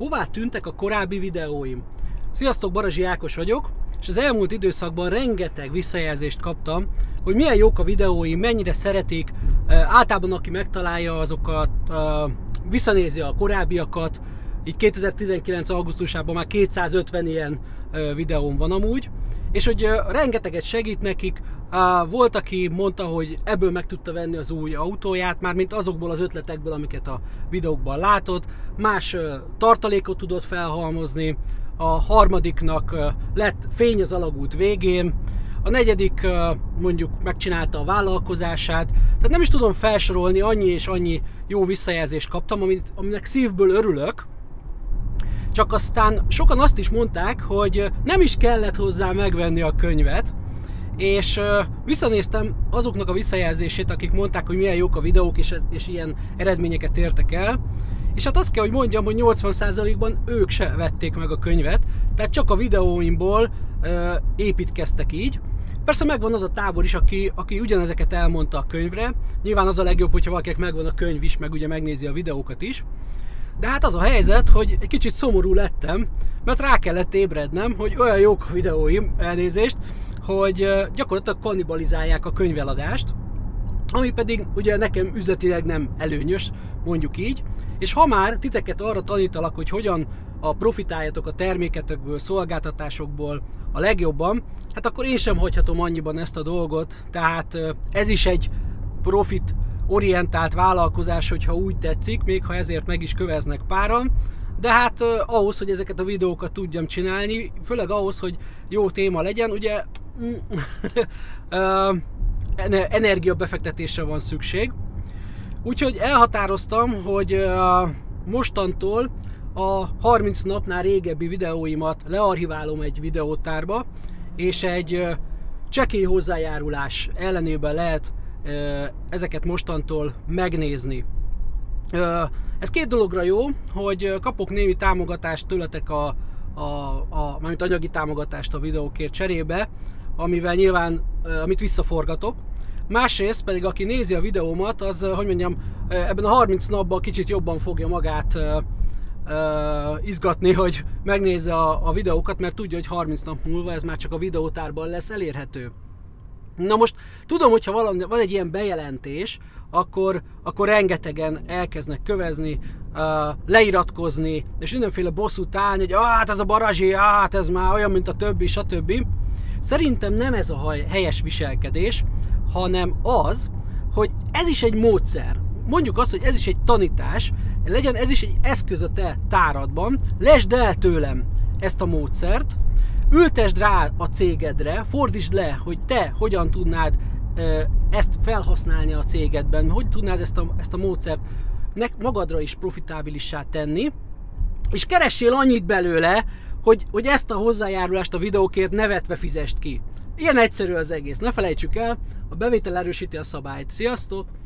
Hová tűntek a korábbi videóim? Sziasztok, Barazsi Ákos vagyok, és az elmúlt időszakban rengeteg visszajelzést kaptam, hogy milyen jók a videóim, mennyire szeretik, általában aki megtalálja azokat, visszanézi a korábbiakat, így 2019. augusztusában már 250 ilyen videóm van amúgy, és hogy rengeteget segít nekik. Volt, aki mondta, hogy ebből meg tudta venni az új autóját, mármint azokból az ötletekből, amiket a videókban látott, más tartalékot tudott felhalmozni, a harmadiknak lett fény az alagút végén, a negyedik mondjuk megcsinálta a vállalkozását, tehát nem is tudom felsorolni, annyi és annyi jó visszajelzést kaptam, aminek szívből örülök. Csak aztán sokan azt is mondták, hogy nem is kellett hozzá megvenni a könyvet, és visszanéztem azoknak a visszajelzését, akik mondták, hogy milyen jók a videók, és ilyen eredményeket értek el, és hát azt kell, hogy mondjam, hogy 80%-ban ők se vették meg a könyvet, tehát csak a videóimból építkeztek így. Persze megvan az a tábor is, aki ugyanezeket elmondta a könyvre. Nyilván az a legjobb, hogyha valakinek megvan a könyv is, meg ugye megnézi a videókat is. De hát az a helyzet, hogy egy kicsit szomorú lettem, mert rá kellett ébrednem, hogy olyan jók a videóim, elnézést, hogy gyakorlatilag kannibalizálják a könyveladást, ami pedig ugye nekem üzletileg nem előnyös, mondjuk így. És ha már titeket arra tanítalak, hogy hogyan profitáljatok a terméketekből, szolgáltatásokból a legjobban, hát akkor én sem hagyhatom annyiban ezt a dolgot, tehát ez is egy profit orientált vállalkozás, hogyha úgy tetszik, még ha ezért meg is köveznek páran, de hát ahhoz, hogy ezeket a videókat tudjam csinálni, főleg ahhoz, hogy jó téma legyen, ugye energiabefektetésre van szükség. Úgyhogy elhatároztam, hogy mostantól a 30 napnál régebbi videóimat learchiválom egy videótárba, és egy csekély hozzájárulás ellenében lehet ezeket mostantól megnézni. Ez két dologra jó, hogy kapok némi támogatást tőletek, mármint anyagi támogatást a videókért cserébe, amivel nyilván, amit visszaforgatok. Másrészt pedig aki nézi a videómat, az, hogy mondjam, ebben a 30 napban kicsit jobban fogja magát izgatni, hogy megnézze a videókat, mert tudja, hogy 30 nap múlva ez már csak a videótárban lesz elérhető. Na most tudom, hogyha van egy ilyen bejelentés, akkor rengetegen elkezdnek kövezni, leiratkozni, és mindenféle bosszút állni, hogy hát ez a Barazsi, hát ez már olyan, mint a többi, stb. Szerintem nem ez a helyes viselkedés, hanem az, hogy ez is egy módszer. Mondjuk azt, hogy ez is egy tanítás, legyen ez is egy eszköz a te táradban, lesd el tőlem ezt a módszert, ültesd rá a cégedre, fordítsd le, hogy te hogyan tudnád ezt felhasználni a cégedben, hogy tudnád ezt a módszert magadra is profitábilissá tenni, és keressél annyit belőle, hogy ezt a hozzájárulást a videókért nevetve fizest ki. Ilyen egyszerű az egész. Ne felejtsük el, a bevétel erősíti a szabályt. Sziasztok!